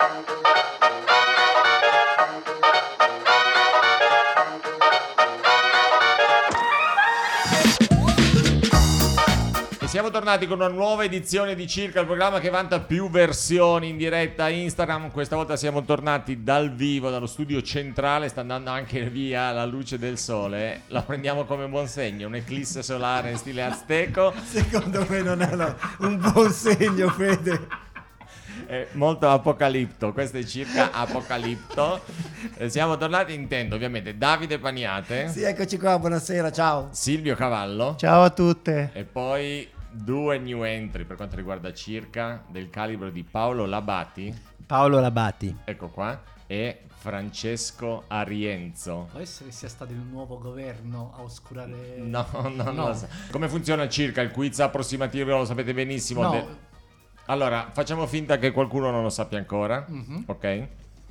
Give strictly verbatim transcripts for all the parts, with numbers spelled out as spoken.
Siamo tornati con una nuova edizione di Circa, il programma che vanta più versioni in diretta a Instagram. Questa volta siamo tornati dal vivo, dallo studio centrale. Sta andando anche via la luce del sole. La prendiamo come buon segno, un'eclisse solare in stile azteco. Secondo me non è la, un buon segno, Fede. È molto apocalipto, questo è Circa Apocalipto. Eh, siamo tornati, intendo ovviamente Davide Paniate. Sì, eccoci qua, buonasera, ciao. Silvio Cavallo. Ciao a tutte. E poi due new entry per quanto riguarda Circa, del calibro di Paolo Labati. Paolo Labati. Ecco qua. E Francesco Arienzo. Può essere che sia stato il nuovo governo a oscurare... No, no, no. non lo so. Come funziona Circa? Il quiz approssimativo lo sapete benissimo. No. De- allora, facciamo finta che qualcuno non lo sappia ancora. Mm-hmm. Ok?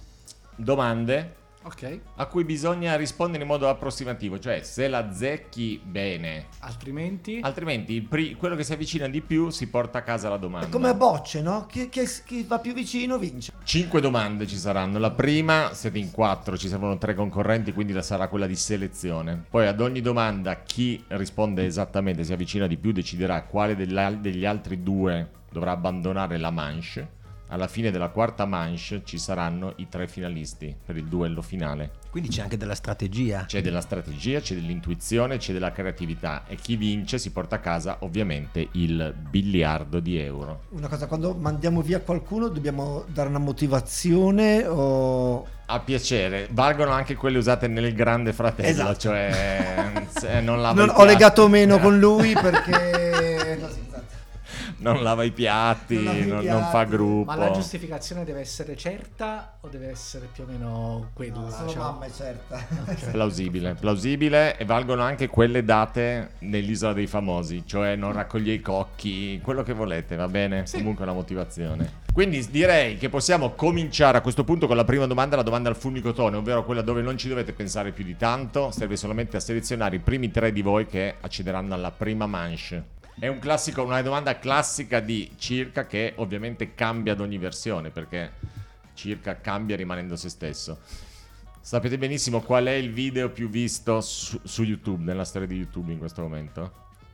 Domande Ok. a cui bisogna rispondere in modo approssimativo, cioè se la azzecchi bene, Altrimenti... altrimenti il pri- quello che si avvicina di più si porta a casa la domanda. È come a bocce, no? Chi, chi, chi va più vicino vince. Cinque domande ci saranno. La prima, siete in quattro, ci servono tre concorrenti, quindi la sarà quella di selezione. Poi ad ogni domanda chi risponde esattamente, si avvicina di più, deciderà quale degli, degli altri due dovrà abbandonare la manche. Alla fine della quarta manche ci saranno i tre finalisti per il duello finale. Quindi c'è anche della strategia. C'è della strategia, c'è dell'intuizione, c'è della creatività, e chi vince si porta a casa ovviamente il biliardo di euro. Una cosa, quando mandiamo via qualcuno dobbiamo dare una motivazione o... A piacere, valgono anche quelle usate nel Grande Fratello, Esatto. cioè se non lava Non i ho piatti, legato meno con lui perché... no, sì, esatto. non lava i piatti, Non lava i non, piatti. non fa gruppo. Ma la giustificazione deve essere certa o deve essere più o meno quella? No, solo cioè- mamma è certa. Plausibile, plausibile, e valgono anche quelle date nell'Isola dei Famosi, cioè non raccoglie i cocchi, quello che volete, va bene? Sì. Comunque la motivazione. Quindi direi che possiamo cominciare a questo punto con la prima domanda, la domanda al fulmicotone, ovvero quella dove non ci dovete pensare più di tanto, serve solamente a selezionare i primi tre di voi che accederanno alla prima manche. È un classico, una domanda classica di Circa che ovviamente cambia ad ogni versione, perché Circa cambia rimanendo se stesso. Sapete benissimo qual è il video più visto su, su YouTube, nella storia di YouTube in questo momento?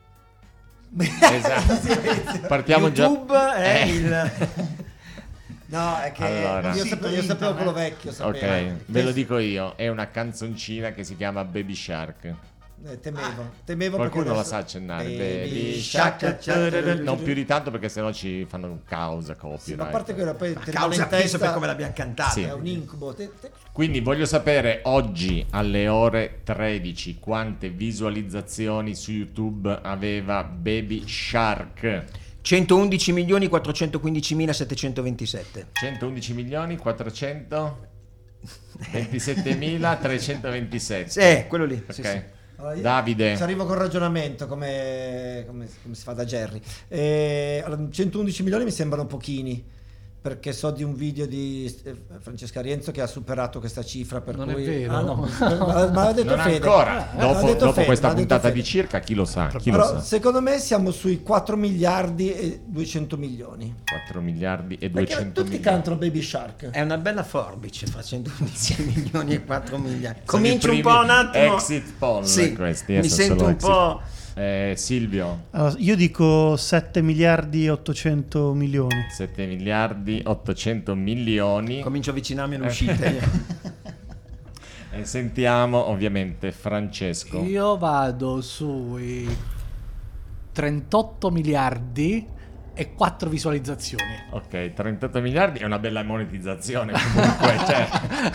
Esatto. Partiamo YouTube già. è Eh. il... No, è che Allora. io, sapevo, io sapevo quello vecchio, sapevo. Ok, ve lo dico io, è una canzoncina che si chiama Baby Shark. Eh, temevo, temevo Qualcuno perché la adesso- sa accennare. Baby Baby Shark, Shark. Non più di tanto, perché sennò ci fanno causa copyright. Sì, ma a parte quello, poi te Causa in peso testa, per come l'abbiamo cantata. Sì. è un incubo. Te- te- Quindi voglio sapere oggi alle ore tredici quante visualizzazioni su YouTube aveva Baby Shark. centoundici milioni quattrocentoquindicimilasettecentoventisette. centoundici milioni quattrocentoventisettemila trecentoventisette. Sì, quello lì. Ok. Sì, sì. Allora, io Davide. ci arrivo col ragionamento come, come, come si fa da Jerry. Eh, allora, centoundici milioni mi sembrano pochini, perché so di un video di eh, Francesca Arienzo che ha superato questa cifra, per Non è cui vero, Ah, no. ma, ma l'ha detto Non Fede. ancora. Eh, l'ha Dopo, detto dopo Fede, questa l'ha detto puntata Fede. di Circa, chi lo sa? Chi lo Però sa? secondo me siamo sui quattro miliardi e duecento milioni, quattro miliardi e perché duecento tutti milioni. cantano Baby Shark. È una bella forbice fra centoundici milioni e quattro miliardi. Sono Comincio i un primi po' un attimo. exit poll, Sì, questi, eh, mi sono sento solo un exit. po'. Eh, Silvio, Allora, io dico sette miliardi e ottocento milioni. sette miliardi ottocento milioni. Comincio a avvicinarmi all'uscita. io. E sentiamo ovviamente Francesco. Io vado sui trentotto miliardi e quattro visualizzazioni. Ok, trentotto miliardi è una bella monetizzazione comunque, cioè.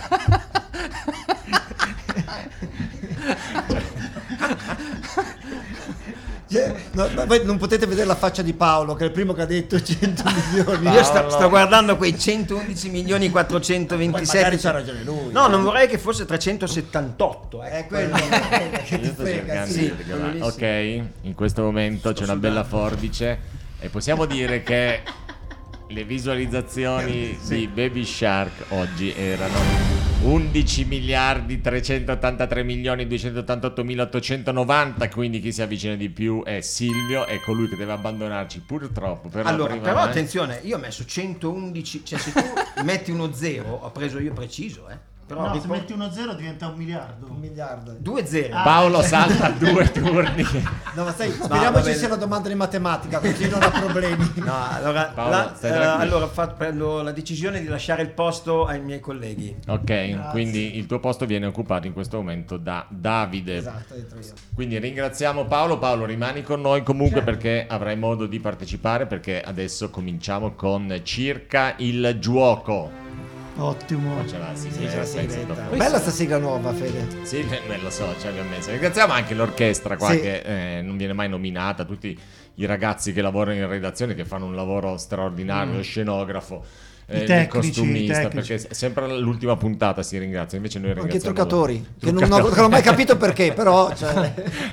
Cioè, no, ma voi non potete vedere la faccia di Paolo, che è il primo che ha detto cento milioni. Io sto, sto guardando quei centoundici milioni quattrocentoventisette. Poi magari c'ha ragione lui. No, non vorrei che fosse trecentosettantotto. È Ecco. quello che Io ti sto frega, cercando sì. di regolare. quello lì sì. Ok, in questo momento c'è una bella forbice e possiamo dire che Le visualizzazioni di Baby Shark oggi erano undici miliardi trecentottantatré milioni duecentottantotto mila ottocentonovanta, quindi chi si avvicina di più è Silvio, è colui che deve abbandonarci purtroppo per Allora, la prima però volta. attenzione, io ho messo centoundici, cioè se tu metti uno zero, ho preso io preciso, eh. Però No, se riporto- metti uno zero diventa un miliardo. Un miliardo. due zeri. Paolo salta due turni. No, ma sai, speriamo va ci bene. sia una domanda di matematica, così non ha problemi. No, allora, Paolo, la, stai eh, tranquillo. allora fa- prendo la decisione di lasciare il posto ai miei colleghi. Ok, quindi il tuo posto viene occupato in questo momento da Davide. Esatto, entro io. Quindi ringraziamo Paolo. Paolo, rimani con noi comunque perché avrai modo di partecipare, perché adesso cominciamo con Circa il Giuoco. Ottimo. Qua c'è la sigla, Sì, c'è la penso, sigletta. dopo. Bella sta sigla nuova, Fede. Sì, me lo so, ci abbiamo messo. Ringraziamo anche l'orchestra qua Sì. che eh, non viene mai nominata, tutti i ragazzi che lavorano in redazione che fanno un lavoro straordinario, lo scenografo, eh, il tecnici, costumista, i tecnici. perché sempre l'ultima puntata si ringrazia, invece noi Anche i ringraziamo truccatori, loro. che non, ho, che non ho mai capito perché, però... Cioè...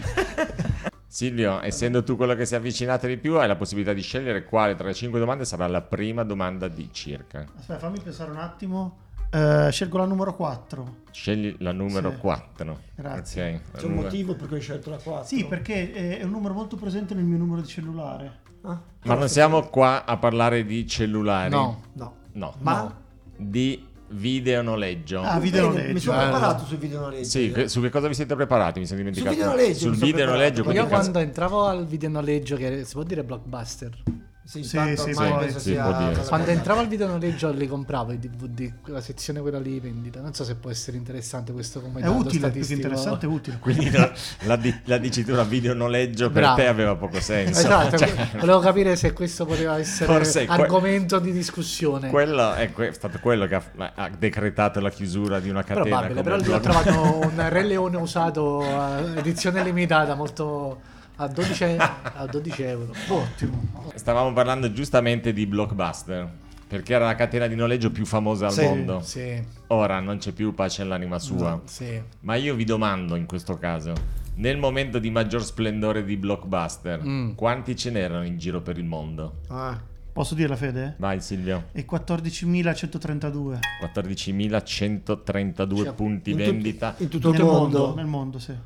Silvio, essendo tu quello che si è avvicinato di più, hai la possibilità di scegliere quale tra le cinque domande sarà la prima domanda di Circa. Aspetta, fammi pensare un attimo. Eh, scelgo la numero quattro. Scegli la numero Sì. quattro. Grazie. Ok, la C'è un numero- motivo per cui hai scelto la quattro? Sì, perché è- è un numero molto presente nel mio numero di cellulare. Ah, Ma non siamo qua a parlare di cellulari. No. No. No. Ma... Di videonoleggio. Ah, video Bene, mi sono Bello. preparato sul video noleggio. Sì, che- su che cosa vi siete preparati? Mi sono dimenticato. Sul videonoleggio Sul mi sono videonoleggio, preparato. quindi Io cazzo- quando entravo al videonoleggio, che si può dire Blockbuster, Sì, Sì, intanto sì, ormai sì, penso sì, sia... può dire. quando entravo al videonoleggio li compravo i D V D, la sezione quella lì vendita. Non so se può essere interessante questo come È dato utile, più che statistico. interessante è utile. Quindi la, la, di- la dicitura videonoleggio per Bravo. te aveva poco senso. Esatto, Cioè, volevo capire se questo poteva essere Forse que- argomento di discussione. quello è que- stato quello che ha, ha decretato la chiusura di una catena. Probabile, però come lì ho Blog- trovato un Re Leone usato eh, edizione limitata molto a dodici, a dodici euro. Ottimo. Stavamo parlando giustamente di Blockbuster, perché era la catena di noleggio più famosa al Sì. mondo. Sì, Ora non c'è più, pace all'anima sua. sì. Ma io vi domando in questo caso, nel momento di maggior splendore di Blockbuster, Mm. quanti ce n'erano in giro per il mondo? Ah. Posso dirla, Fede? Vai Silvio. È quattordicimilacentotrentadue. quattordicimilacentottrentadue Cioè, punti in tut- vendita. in tutto il Nel mondo. Nel mondo, sì.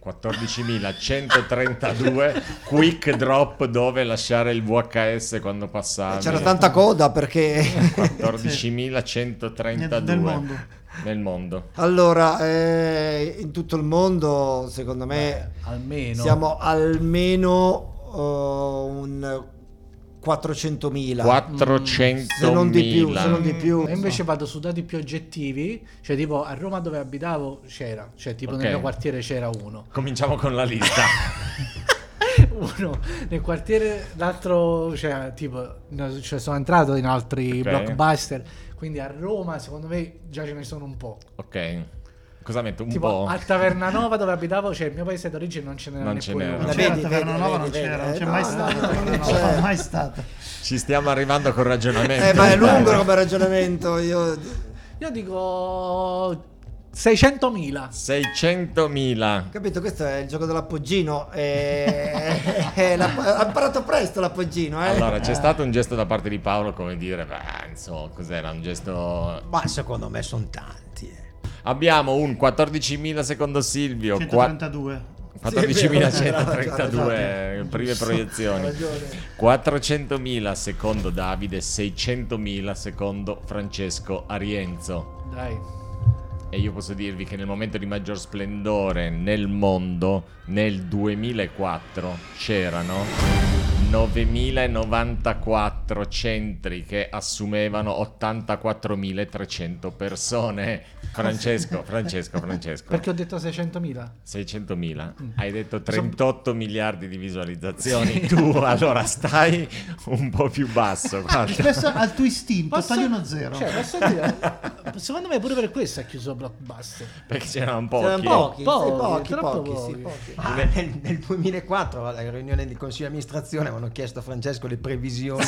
quattordicimilacentotrentadue quick drop dove lasciare il V H S quando passavi. C'era tanta coda perché... quattordicimilacentotrentadue Nel- nel mondo. Nel mondo. Allora, eh, in tutto il mondo, secondo me, Almeno siamo almeno uh, un quattrocentomila. quattrocentomila. Se non di più, se non di più. E invece vado su dati più oggettivi, cioè tipo a Roma dove abitavo c'era, cioè tipo Ok. nel mio quartiere c'era uno. Cominciamo con la lista. Uno nel quartiere, l'altro, cioè tipo, no, cioè, sono entrato in altri Ok. blockbuster, quindi a Roma secondo me già ce ne sono un po'. Ok. Cosa metto? Un Tipo po'? a Tavernanova dove abitavo, cioè il mio paese d'origine non ce n'era Non ce neppure n'era. uno. La C'era vedi, Tavernanova, vedi, non vedi, c'era, non eh, c'è no, mai no, stata. no, Tavernanova, non c'è. mai stata. Ci stiamo arrivando col ragionamento. Eh, ma è lungo come ragionamento. Io... Io dico seicentomila. seicentomila. Capito, questo è il gioco dell'appoggino. E... e l'ha... Ha imparato presto l'appoggino, eh? Allora, c'è stato un gesto da parte di Paolo, come dire, beh, insomma, cos'era? Un gesto... Ma secondo me sono tanti. eh. Abbiamo un quattordicimila secondo Silvio, qua- centotrentadue. quattordicimilacentotrentadue prime proiezioni, Ha ragione. quattrocentomila secondo Davide, seicentomila secondo Francesco Arienzo. Dai. E io posso dirvi che nel momento di maggior splendore nel mondo, nel duemilaquattro, c'erano novemilanovantaquattro centri che assumevano ottantaquattromilatrecento persone. Francesco, Francesco, Francesco. Perché ho detto seicentomila? seicentomila. Hai detto trentotto miliardi di visualizzazioni. Tu allora stai un po' più basso. guarda. Questo al tuo istinto, Posso- tagli uno zero. Cioè, posso dire, secondo me pure per questo ha chiuso Blockbuster. Perché c'erano pochi. C'erano pochi, Pochi, sì, pochi, troppo pochi, sì, pochi. pochi. Ma nel, nel duemilaquattro alla riunione di consiglio di amministrazione avevano chiesto a Francesco le previsioni.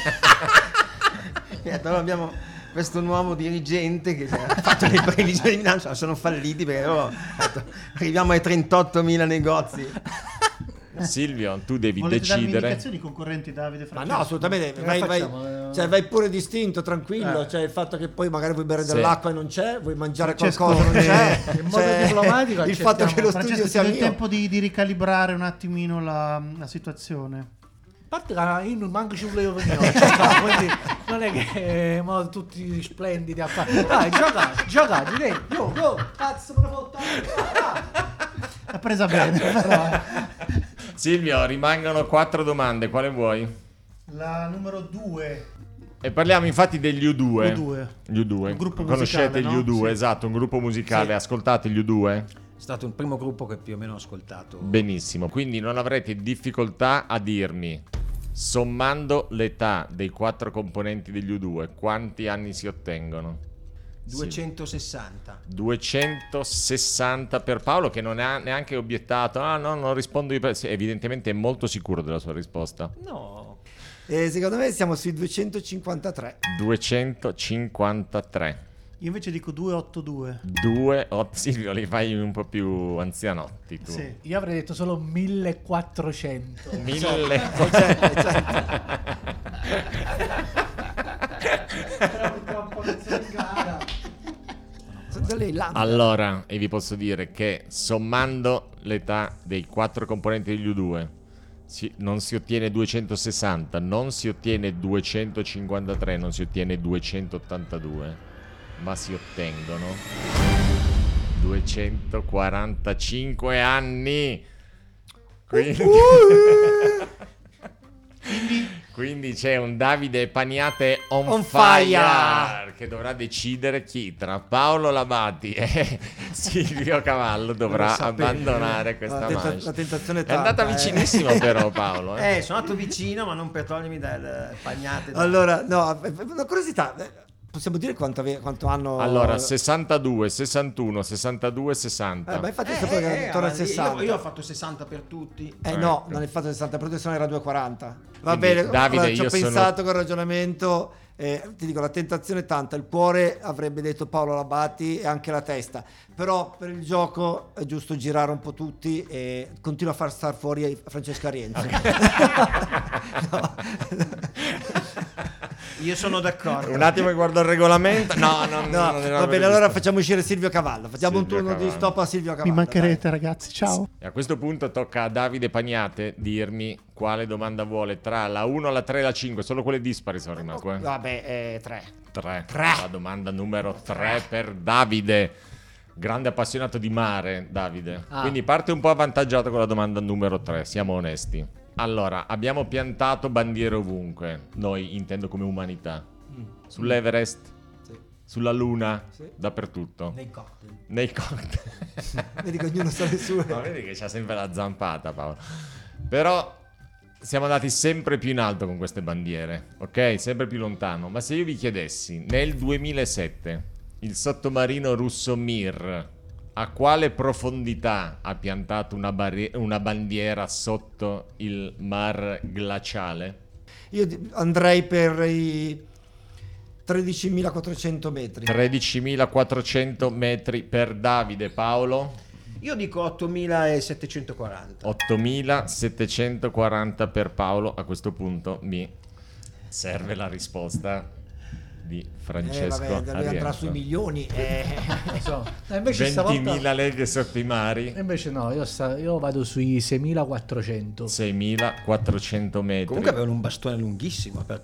E allora abbiamo questo nuovo dirigente che ha fatto le previsioni di bilancio, sono falliti perché loro hanno detto, arriviamo ai trentottomila negozi. Silvio, tu devi Volete darmi decidere. indicazioni concorrenti, Davide? Ma Francesco? no, assolutamente. Come Vai, vai. facciamo? Cioè vai pure distinto, tranquillo, Eh. cioè il fatto che poi magari vuoi bere Sì. dell'acqua e non c'è, vuoi mangiare Francesco, qualcosa non c'è. in modo Cioè, diplomatico il fatto che lo Francesco, studio ti sia do il mio. tempo di, di ricalibrare un attimino la, la situazione. A parte che io non manco ci volevo venire, cioè, quindi non è che eh, mo tutti splendidi a fare. Dai, gioca, gioca, dai, io, io, cazzo me ne fotta. L'ha presa bene, però. eh. Silvio, rimangono quattro domande, quale vuoi? La numero due. E parliamo infatti degli U due. U due. Gli U due. Un gruppo Conoscete musicale, gli U due, no? esatto, un gruppo musicale. Sì. Ascoltate gli U due? È stato un primo gruppo che più o meno ho ascoltato. Benissimo, quindi non avrete difficoltà a dirmi, sommando l'età dei quattro componenti degli U due, quanti anni si ottengono? duecentosessanta. duecentosessanta per Paolo, che non ha neanche obiettato. Ah no, non rispondo io. Sì, evidentemente è molto sicuro della sua risposta. No. E secondo me siamo sui duecentocinquantatré. duecentocinquantatré. Io invece dico duecentottantadue. due, otto, Silvio, li fai un po' più anzianotti tu. Sì. Io avrei detto solo millequattrocento. Mille. Sono delle Irlande. Allora, e vi posso dire che sommando l'età dei quattro componenti degli U due si- non si ottiene duecentosessanta, non si ottiene duecentocinquantatré, non si ottiene duecentottantadue, ma si ottengono duecentoquarantacinque anni. Quindi, quindi c'è un Davide Paniate on, On fire, fire. che dovrà decidere chi tra Paolo Labati e Silvio Cavallo dovrà Lo sapevo. abbandonare questa La tenta- manche. la tentazione è È andata tanta, eh. vicinissimo però Paolo. Eh. Eh, sono andato vicino, ma non per togliermi dal pagnate. da- Allora, no, una curiosità, eh, possiamo dire quanto, ave- quanto hanno... Allora, sessantadue, sessantuno, sessantadue, sessanta. Eh, ma infatti Eh, sapevo che eh, era intorno al avanti. sessanta. Io, io ho fatto sessanta per tutti. Eh no, non hai fatto sessanta, per te sono era duecentoquaranta. Va Quindi, bene, Davide, allora, ci ho io sono- pensato col ragionamento, eh, ti dico, la tentazione è tanta, il cuore avrebbe detto Paolo Labati e anche la testa, però per il gioco è giusto girare un po' tutti e continua a far star fuori Francesca Rienzi. No. Io sono d'accordo. Un attimo che guardo il regolamento. No, no, No, non era va bene, previsto. allora facciamo uscire Silvio Cavallo, facciamo Silvio un turno di Cavallo. stop a Silvio Cavallo. Mi mancherete, ragazzi. Ciao. E a questo punto tocca a Davide Paniate dirmi quale domanda vuole tra la uno, la tre e la cinque. Solo quelle dispari sono rimaste. Dai. Vabbè, eh, tre. tre. Tre. La domanda numero tre per Davide. Grande appassionato di mare, Davide. Ah. Quindi parte un po' avvantaggiato con la domanda numero tre, siamo onesti. Allora, abbiamo piantato bandiere ovunque. Noi intendo come umanità. Sull'Everest, Sì. sulla Luna, Sì. dappertutto. Nei cocktail. Nei cocktail. Vedi che ognuno sa le sue. Ma vedi che c'ha sempre la zampata, Paolo. Però siamo andati sempre più in alto con queste bandiere, ok? Sempre più lontano. Ma se io vi chiedessi, nel duemilasette, il sottomarino russo Mir a quale profondità ha piantato una, barri- una bandiera sotto il mar glaciale? Io di- andrei per i tredicimilaquattrocento metri. tredicimilaquattrocento metri per Davide. Paolo? Io dico ottomilasettecentoquaranta. ottomilasettecentoquaranta per Paolo. A questo punto mi serve la risposta di Eh, Francesco vabbè, lui andrà Arienzo. sui milioni. Eh. Non so. No, invece stavolta... ventimila leghe sotto i mari, Invece no, io, sta- io vado sui seimilaquattrocento. seimilaquattrocento metri. Comunque avevano un bastone lunghissimo per,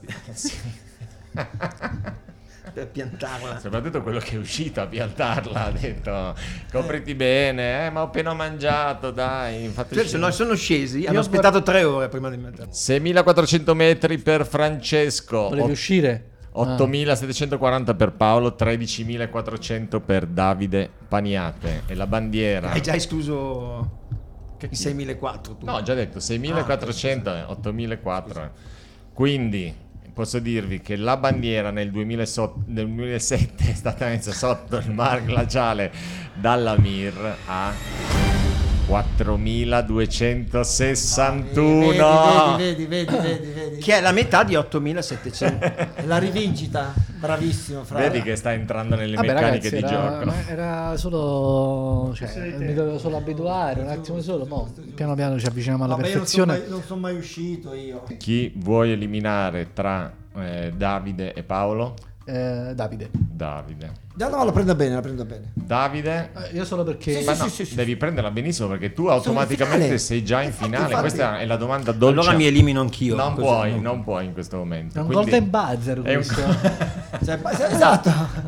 per piantarla. Soprattutto quello che è uscito a piantarla ha detto copriti bene, eh, ma ho appena mangiato, dai. Infatti Cioè, se no, sono scesi, hanno Io aspettato tre ore prima di metterla. seimilaquattrocento metri per Francesco, Volevi uscire? ottomilasettecentoquaranta per Paolo, tredicimilaquattrocento per Davide Paniate. E la bandiera... Hai già escluso i seimilaquattrocento tu. No, ho già detto seimilaquattrocento e ottomilaquattrocento. Quindi posso dirvi che la bandiera nel duemilasotto nel duemilasette è stata messa sotto il mar glaciale dalla Mir a quattromiladuecentosessantuno. Vedi, vedi, vedi, vedi, vedi. Che è la metà di ottomilasettecento. La rivincita, bravissimo Fra. Vedi che sta entrando nelle Vabbè, meccaniche ragazzi, di era, gioco. era solo, cioè, Questione di mi tempo. dovevo solo abituare un attimo solo, mo, piano piano ci avviciniamo alla Vabbè, io non sono perfezione. mai, non son mai uscito io. Chi vuoi eliminare tra eh, Davide e Paolo? Eh, Davide. Davide. No, no, la prendo bene, la prendo bene. Davide? Eh, io solo perché Sì, Ma sì, no, sì, sì. devi prenderla benissimo perché tu automaticamente finale. sei già in Infatti, finale. infatti. Questa è la domanda dolce. Allora mi elimino anch'io. Non così, puoi, no? non puoi in questo momento. è un Quindi golden buzzer è un- questo. Cioè, esatto.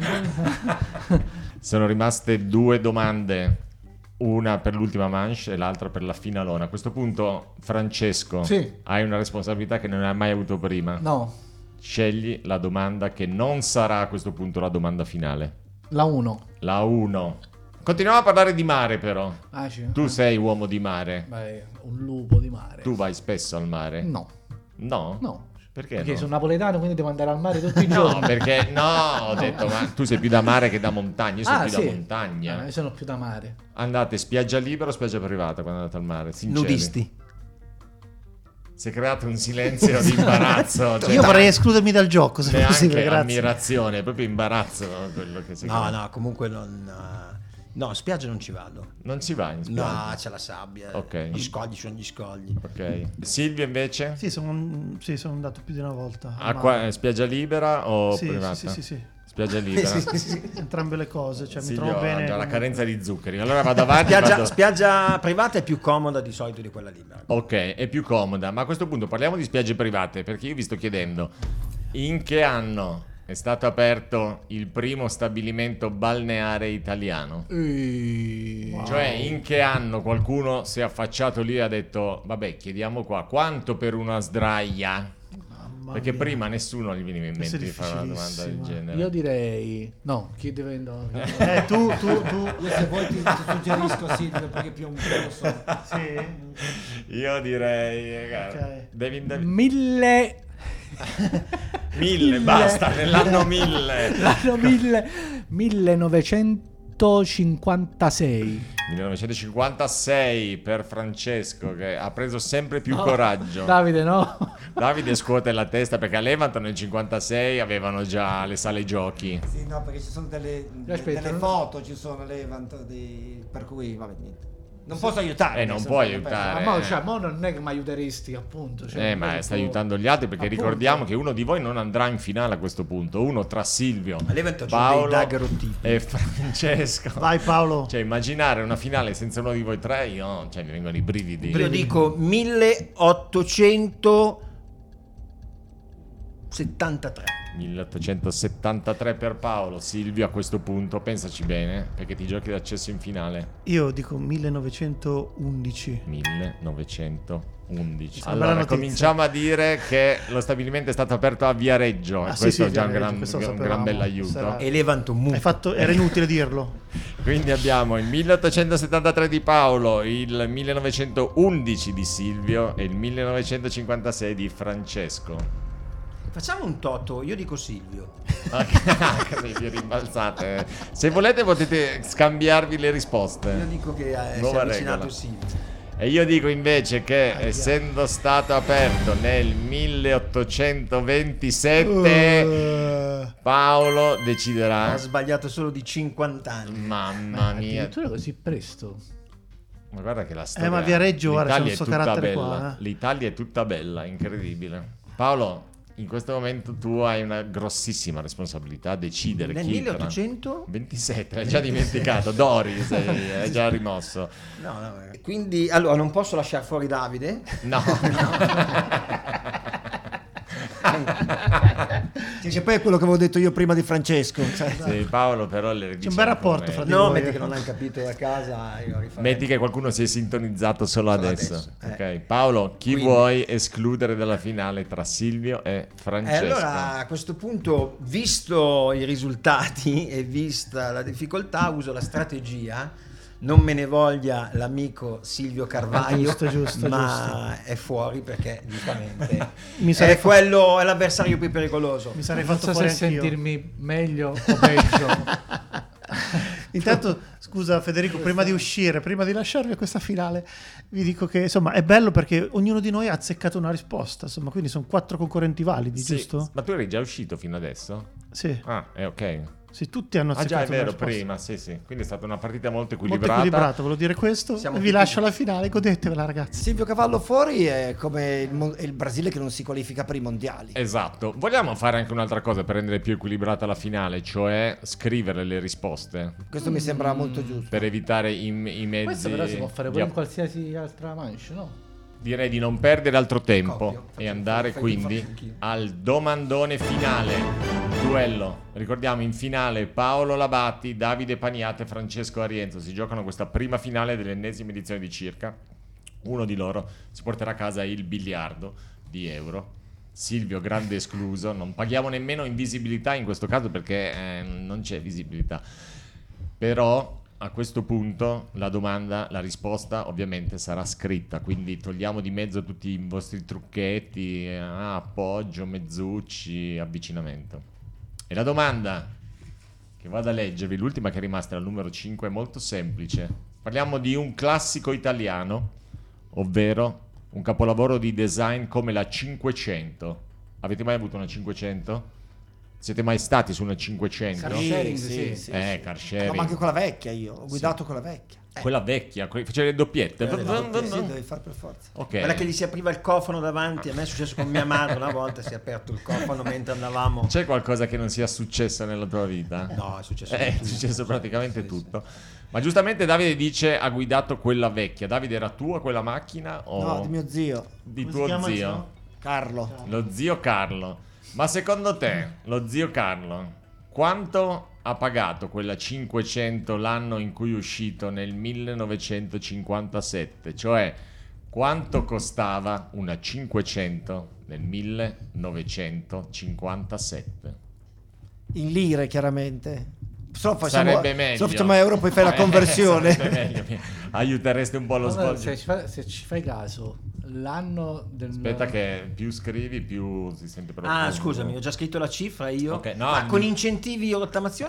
Sono rimaste due domande, una per l'ultima manche e l'altra per la finalona. A questo punto, Francesco, Sì. hai una responsabilità che non hai mai avuto prima. No, Scegli la domanda che non sarà a questo punto la domanda finale. la uno. La uno. Continuiamo a parlare di mare però. Ah, sì. Tu sei uomo di mare. Beh, un lupo di mare. Tu vai spesso al mare? No, No? no. Perché Perché no? sono napoletano, quindi devo andare al mare tutti i No, giorni. perché no, ho detto, ma tu sei più da mare che da montagna, io sono Ah, più sì. da montagna. Ah, io sono più da mare. Andate spiaggia libera o spiaggia privata quando andate al mare? Sinceri. Nudisti. Si è creato un silenzio di imbarazzo. Cioè, Io vorrei escludermi dal gioco, se neanche possibile, grazie. ammirazione, è proprio imbarazzo quello che si No, crea. no, comunque non... eh, No, in spiaggia non ci vado. Non ci vai in spiaggia? No, c'è la sabbia. Ok. Gli scogli sono gli scogli. Ok. Silvio invece? Sì, sono, sì, sono andato più di una volta. al Acqua- mare. eh, spiaggia libera o Sì, privata? sì, sì, sì, sì. Spiaggia libera. Sì, sì, sì. Entrambe le cose, cioè mi Silvio trovo ha bene. già la comunque. carenza di zuccheri. Allora vado avanti. Spiaggia, vado- spiaggia privata è più comoda di solito di quella libera. Ok, è più comoda, ma a questo punto parliamo di spiagge private, perché io vi sto chiedendo in che anno è stato aperto il primo stabilimento balneare italiano? Cioè in che anno qualcuno si è affacciato lì e ha detto vabbè chiediamo qua quanto per una sdraia? Mamma Perché mia. prima nessuno gli viene in Questo mente è di fare una domanda del difficilissimo. genere. Io direi... No, chi deve... no. Eh, tu, tu, tu. Io se vuoi ti, ti suggerisco Silvio perché più un po' lo so. Sì. Io direi eh, Ok. devi indovinare. Mille... Mille, basta, nell'anno mille. L'anno mille... millenovecentocinquantasei. millenovecentocinquantasei per Francesco che ha preso sempre più coraggio. Davide, no? Davide scuote la testa perché a Levanto nel cinquantasei avevano già le sale giochi. Sì, no, perché ci sono delle, Aspetta, delle non- foto, ci sono l'evento di... per cui vabbè niente. Non posso aiutare. Eh, non adesso, puoi non penso. aiutare. Ma mo, cioè, mo non è che mi aiuteresti, appunto. Cioè, Eh, non è ma che stai può- aiutando gli altri perché Appunto. ricordiamo che uno di voi non andrà in finale a questo punto. Uno tra Silvio, A Levanto c'è dei Paolo daguerrotipi. e Francesco. Vai Paolo. Cioè, immaginare una finale senza uno di voi tre, io, cioè, mi vengono i brividi. Io dico milleottocentosettantatré. milleottocentosettantatré per Paolo. Silvio, a questo punto, pensaci bene, perché ti giochi d'accesso in finale. Io dico millenovecentoundici. millenovecentoundici. Una bella Allora, notizia. cominciamo a dire che lo stabilimento è stato aperto a Viareggio. Ah, e sì, questo sì, è già un Viareggio, gran, questo lo un gran sapevamo. bell'aiuto. Sarà- E Levanto mu. Hai fatto, era inutile dirlo. Quindi abbiamo il milleottocentosettantatré di Paolo, il millenovecentoundici di Silvio e il millenovecentocinquantasei di Francesco. Facciamo un toto, io dico Silvio. Così vi rimbalzate. Se volete potete scambiarvi le Io risposte. dico che eh, si è Nuova avvicinato regola. Silvio. E io dico invece che essendo stato aperto nel milleottocentoventisette, Paolo deciderà. Ha sbagliato solo di cinquanta anni. Mamma mia. Addirittura così presto. Ma guarda che la storia. Eh, ma Viareggio, guarda, c'è l'Italia un suo è tutta carattere bella. qua, eh. L'Italia è tutta bella, incredibile. Paolo, in questo momento tu hai una grossissima responsabilità a decidere Nel chi milleottocento? ventisette, l'hai già dimenticato. Dori, sei, hai già rimosso. No, no. eh. Quindi, allora, non posso lasciare fuori Davide. No. Cioè, che poi è quello che avevo detto io prima di Francesco. Cioè, Sì, Paolo però le C'è un bel rapporto fra di No, voi. metti che non hanno capito da casa. Io rifarei. Metti che qualcuno si è sintonizzato solo Solo adesso. adesso, Ok, Paolo, chi Quindi- vuoi escludere dalla finale tra Silvio e Eh, Francesco? allora a questo punto, visto i risultati e vista la difficoltà, uso la strategia. Non me ne voglia l'amico Silvio Carvaglio, Giusto, giusto, ma è fuori perché giustamente Mi sarei è fa- quello è l'avversario più pericoloso. Mi sarei Non fatto so fuori se anch'io. sentirmi meglio o peggio. Intanto, scusa Federico, prima di uscire, prima di lasciarvi a questa finale, vi dico che insomma è bello perché ognuno di noi ha azzeccato una risposta, insomma, quindi sono quattro concorrenti validi, Sì, giusto? ma tu eri già uscito fino adesso? Sì, Ah, è ok. sì, tutti hanno Ah azzeccato già, è una vero, risposta. prima, sì, sì. Quindi è stata una partita molto Molto equilibrata. equilibrato, volevo dire questo. Siamo E vi tutti- lascio alla finale, godetevela ragazzi. Silvio Cavallo fuori è come il, mon- è il Brasile che non si qualifica per i mondiali. Esatto. Vogliamo fare anche un'altra cosa per rendere più equilibrata la finale, cioè scrivere le risposte Questo mi sembra molto giusto. per evitare i, i mezzi. Questo però si può fare di pure in app- qualsiasi altra manche, no? Direi di non perdere altro tempo Copio. e Faccio- andare fai- quindi faccio anch'io. al domandone finale. Duello. Ricordiamo in finale Paolo Labatti, Davide Paniate e Francesco Arienzo. Si giocano questa prima finale dell'ennesima edizione di Circa. Uno di loro si porterà a casa il biliardo di euro. Silvio, grande escluso. Non paghiamo nemmeno invisibilità in questo caso perché eh, non c'è visibilità. Però a questo punto la domanda, la risposta ovviamente sarà scritta, quindi togliamo di mezzo tutti i vostri trucchetti, eh, ah, appoggio, mezzucci, avvicinamento. E la domanda che vado a leggervi, l'ultima che è rimasta, la numero cinque, è molto semplice. Parliamo di un classico italiano, ovvero un capolavoro di design come la cinquecento. Avete mai avuto una cinquecento? Siete mai stati su una cinquecento? Car sharing, sì. sì, Eh, sì. car No, sharing. ma anche quella vecchia io, ho guidato quella vecchia. Quella vecchia, que- facevi le doppiette. Quelle Vun, vun, Sì, vun. devi fare per forza. Ok. Quella che gli si apriva il cofano davanti, a me è successo con mia madre una volta, si è aperto il cofano mentre andavamo. C'è qualcosa che non sia successo nella tua vita? No, è successo Eh, è tutto. successo praticamente Sì, tutto. Ma giustamente Davide dice ha guidato quella vecchia. Davide, era tua quella macchina o No, di mio zio, di Come si tuo chiama il zio? suo? Carlo. Lo zio Carlo. Ma secondo te, lo zio Carlo, quanto ha pagato quella cinquecento l'anno in cui è uscito nel millenovecentocinquantasette? Cioè, quanto costava una cinquecento nel millenovecentocinquantasette? In lire, chiaramente. Se lo facciamo, Sarebbe meglio. se lo facciamo a euro, poi fai la Eh, conversione. sarebbe meglio. Aiuteresti un po' lo Allora, svolgimento. se, ci fa- se ci fai caso, l'anno del Aspetta che più scrivi più si sente profondo. Ah, scusami, ho già scritto la cifra io. Ok, no, ma n- con incentivi o rottamazione?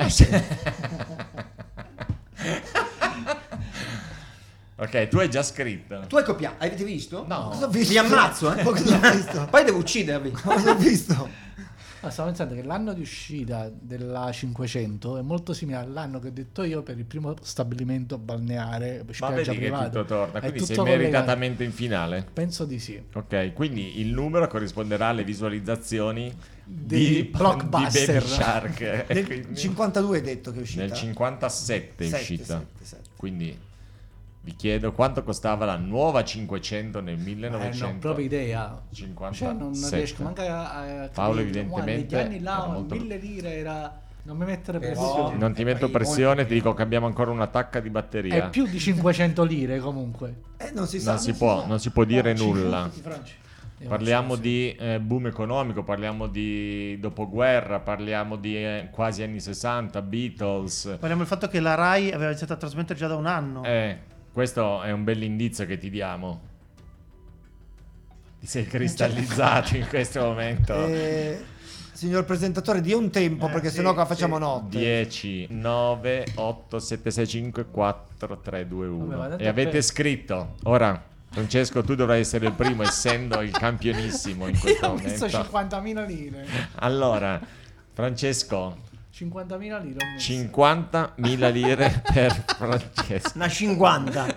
Ok, tu hai già scritto. Tu hai copiato, avete visto? No. Cosa ho visto? Vi ammazzo, eh? Ma cosa ho visto? Poi devo uccidervi. Cosa ho visto? Ah, stavo pensando che l'anno di uscita della cinquecento è molto simile all'anno che ho detto io per il primo stabilimento balneare, Ma spiaggia vedi che privata. tutto torna, È quindi tutto sei collegato. meritatamente in finale. Penso di sì. Ok, quindi il numero corrisponderà alle visualizzazioni Dei di blockbuster. di Baby Shark. E Nel quindi- cinquantadue hai detto che è uscita. nel cinquantasette è Sette, uscita. sette, sette. Quindi vi chiedo quanto costava la nuova cinquecento nel Eh, non ho millenovecento. proprio idea. cinquantasette. Cioè, non riesco manco a, a capire. Paolo Guarda, evidentemente negli anni là era molto- mille lire era. Non mi mettere Però- pressione. Non ti Eh, metto poi pressione, molto ti dico che abbiamo ancora una tacca di batteria. È più di cinquecento lire comunque. Eh, non si sa. Non si può, non si può dire nulla. Io Parliamo non so, sì. di eh, boom economico, parliamo di dopoguerra, parliamo di eh, quasi anni sessanta, Beatles. Parliamo del fatto che la Rai aveva iniziato a trasmettere già da un anno. Eh, questo è un bell'indizio che ti diamo. Ti sei cristallizzato in questo momento. Eh, signor presentatore, dia un tempo Eh, perché sì, sennò qua sì. facciamo notte. dieci, nove, otto, sette, sei, cinque, quattro, tre, due, Vabbè, ma uno. tanto E avete per- scritto. Ora, Francesco, tu dovrai essere il primo, essendo il campionissimo in questo Io ho messo momento. cinquantamila lire. Allora, Francesco, cinquantamila lire ho messo. cinquantamila lire per Francesco. Una cinquanta.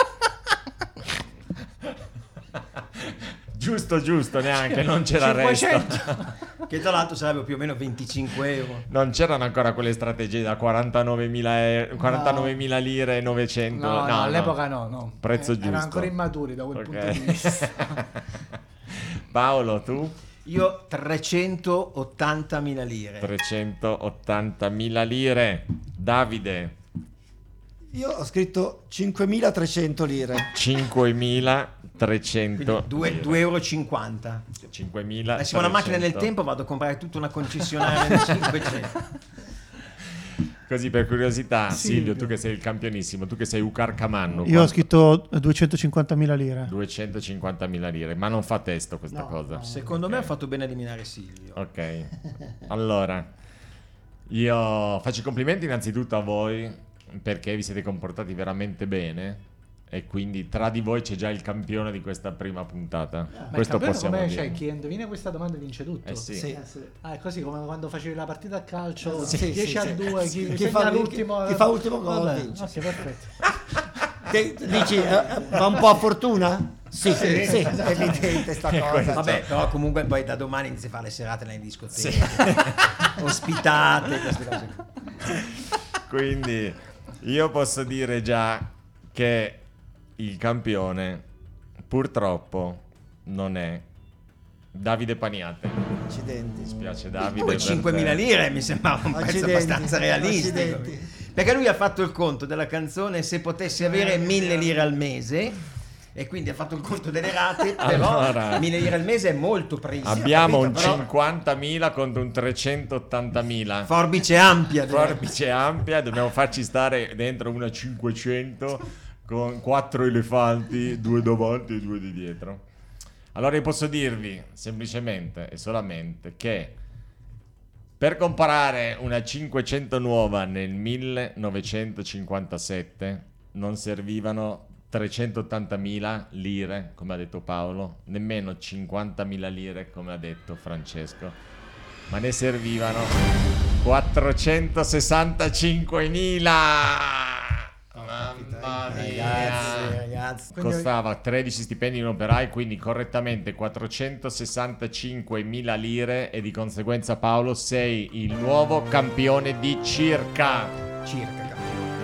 Giusto, giusto, neanche, non c'era resto. cinquecento. Che tra l'altro sarebbe più o meno venticinque euro. Non c'erano ancora quelle strategie da quarantanovemila, euro, quarantanovemila lire e novecento. No, no, all'epoca no, no. Prezzo Eh, giusto. Erano ancora immaturi da quel Ok. punto di vista. Paolo, tu? Io trecentottantamila lire. trecentottantamila lire. Davide? Io ho scritto cinquemilatrecento lire. cinquemilatrecento Quindi due euro e cinquanta. cinquemila. Se ho una macchina del tempo vado a comprare tutta una concessionaria del cinquecento. Così per curiosità, Silvio, Silvio. tu che sei il campionissimo, tu che sei Ucar Camanno, Io ho scritto duecentocinquantamila lire. duecentocinquantamila lire, ma non fa testo questa No, cosa. no. Secondo me Ok. ha fatto bene a eliminare Silvio. Ok, allora io faccio i complimenti innanzitutto a voi, perché vi siete comportati veramente bene e quindi tra di voi c'è già il campione di questa prima puntata. Ma Questo il campione possiamo come, dire. cioè, chi indovina questa domanda vince tutto. Eh sì. Sì. Ah, è così come quando facevi la partita a calcio, Sì, dieci sì, a sì. due, chi, Chi segna fa- l'ultimo, chi fa l'ultimo gol Vabbè, vince. ok, perfetto. Che dici, eh, va un po' a fortuna? Sì, sì, sì, è evidente sta cosa. Vabbè, però comunque poi da domani inizia a fare le serate nelle discoteche, ospitate, queste cose qua. Quindi io posso dire già che il campione purtroppo non è Davide Paniate. Accidenti. Mi spiace Davide. Poi per cinquemila te. lire mi sembrava un pezzo Accidenti, abbastanza realistico. accidenti. Perché lui ha fatto il conto della canzone se potessi avere mille lire al mese. E quindi ha fatto il conto delle rate, però Allora, mille lire al mese è molto presa. abbiamo un Però cinquantamila contro un trecentottantamila. forbice ampia. Forbice ampia, dobbiamo farci stare dentro una cinquecento con quattro elefanti, due davanti e due di dietro. Allora io posso dirvi semplicemente e solamente che per comparare una cinquecento nuova nel millenovecentocinquantasette non servivano trecentottantamila lire, come ha detto Paolo, nemmeno cinquantamila lire, come ha detto Francesco, ma ne servivano quattrocentosessantacinquemila. Mamma mia. Ragazzi, ragazzi. Costava tredici stipendi in operai, quindi correttamente quattrocentosessantacinquemila lire e di conseguenza Paolo sei il nuovo campione di circa. Circa, capito?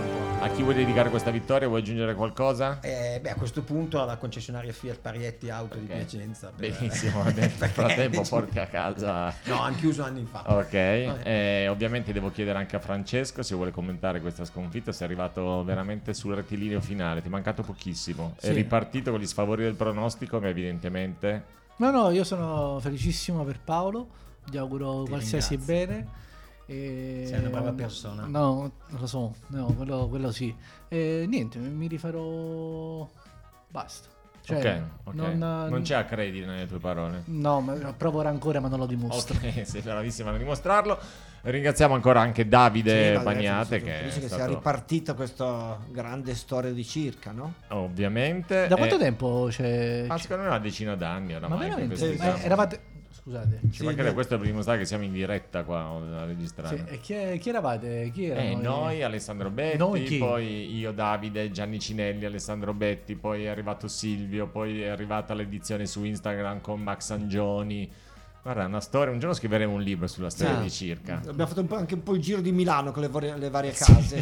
A chi vuoi dedicare questa vittoria? Vuoi aggiungere qualcosa? Eh, beh, a questo punto alla concessionaria Fiat Parietti Auto di Ok. Piacenza. per- Benissimo, nel perché, frattempo diciamo- porti a casa. No, hanno chiuso anni fa. Ok, eh, ovviamente devo chiedere anche a Francesco se vuole commentare questa sconfitta. Sei arrivato veramente sul rettilineo finale, ti è mancato pochissimo. È Sì. ripartito con gli sfavori del pronostico, ma evidentemente No, no, io sono felicissimo per Paolo, gli auguro Ti qualsiasi ringrazio. bene. E... Sei una brava persona. No, lo so, no, quello, quello sì. E niente, mi rifarò. Basta. Cioè, ok, ok. Non, Non c'è accredito nelle tue parole. No, ma provo rancore, ma non lo dimostro. Ok, sei bravissima a dimostrarlo. Ringraziamo ancora anche Davide Sì, no, Bagnate ragazzi, che, sono felice è che stato, sia ripartita questa grande storia di circa, no? ovviamente. Da quanto eh, tempo c'è? Ma secondo me una decina d'anni Ma oramai. che veramente? festeggiamo. Eh, eravate. Scusate. Ci mancherebbe, beh. questo è per dimostrare che siamo in diretta qua a Sì, registrare. e chi, è- chi eravate? Chi erano? Eh, i- noi, Alessandro Betti, Noi chi? poi io, Davide, Gianni Cinelli, Alessandro Betti, poi è arrivato Silvio, poi è arrivata l'edizione su Instagram con Max Angioni. Guarda, è una storia, un giorno scriveremo un libro sulla storia Sì. di circa. Abbiamo fatto un po', anche un po' il giro di Milano con le, varie- le varie case.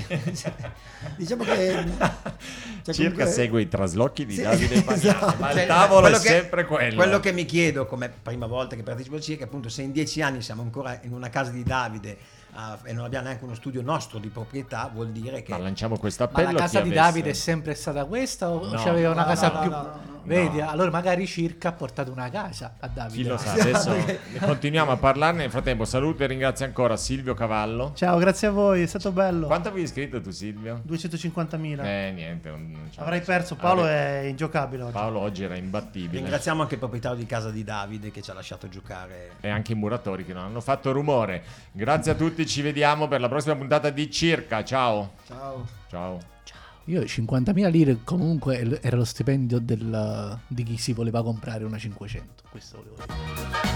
Diciamo che cioè, Circa comunque- segue i traslochi di Sì, Davide Bagnate, esatto. ma il Cioè, tavolo è quello che- sempre quello. Quello che mi chiedo come prima volta che partecipo al circa, appunto, se in dieci anni siamo ancora in una casa di Davide ah, e non abbiamo neanche uno studio nostro di proprietà, vuol dire che Ma lanciamo questo Ma appello la a casa chi di avesse- Davide è sempre stata questa o No. c'aveva una No, casa no, più... no, no, no. Vedi, No. allora magari circa ha portato una casa a Davide. Chi lo sa, adesso continuiamo a parlarne. Nel frattempo saluto e ringrazio ancora Silvio Cavallo. Ciao, grazie a voi, è stato bello. Quanto avevi scritto tu, Silvio? duecentocinquantamila. Eh, niente. non- non ce la Avrei faccio. perso, Paolo Avrei- è ingiocabile oggi. Paolo oggi era imbattibile. ringraziamo anche il proprietario di casa di Davide che ci ha lasciato giocare. E anche i muratori che non hanno fatto rumore. Grazie a tutti, ci vediamo per la prossima puntata di Circa. Ciao. Ciao. Ciao. Io cinquantamila lire comunque era lo stipendio del- di chi si voleva comprare una cinquecento. Questo volevo dire.